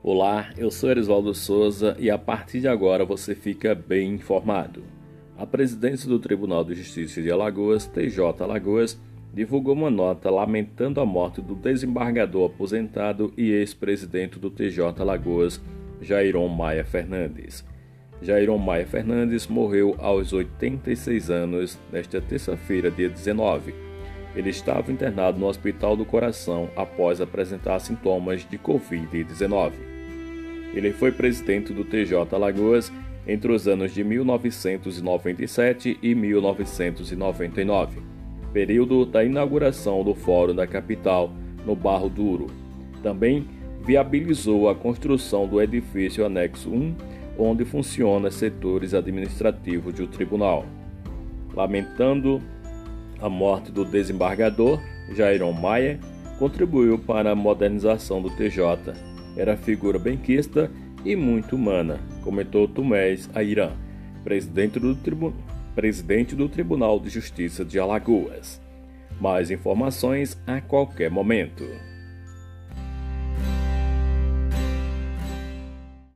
Olá, eu sou Erisvaldo Souza e a partir de agora você fica bem informado. A presidência do Tribunal de Justiça de Alagoas, TJ Alagoas, divulgou uma nota lamentando a morte do desembargador aposentado e ex-presidente do TJ Alagoas, Jairon Maia Fernandes. Jairon Maia Fernandes morreu aos 86 anos nesta terça-feira, dia 19. Ele estava internado no Hospital do Coração após apresentar sintomas de Covid-19. Ele foi presidente do TJ Alagoas entre os anos de 1997 e 1999, período da inauguração do Fórum da Capital, no Barro Duro. Também viabilizou a construção do edifício anexo 1, onde funciona setores administrativos do tribunal. Lamentando a morte do desembargador, Jairon Maia contribuiu para a modernização do TJ. Era figura benquista e muito humana, comentou Tumés Airan, presidente do Tribunal de Justiça de Alagoas. Mais informações a qualquer momento.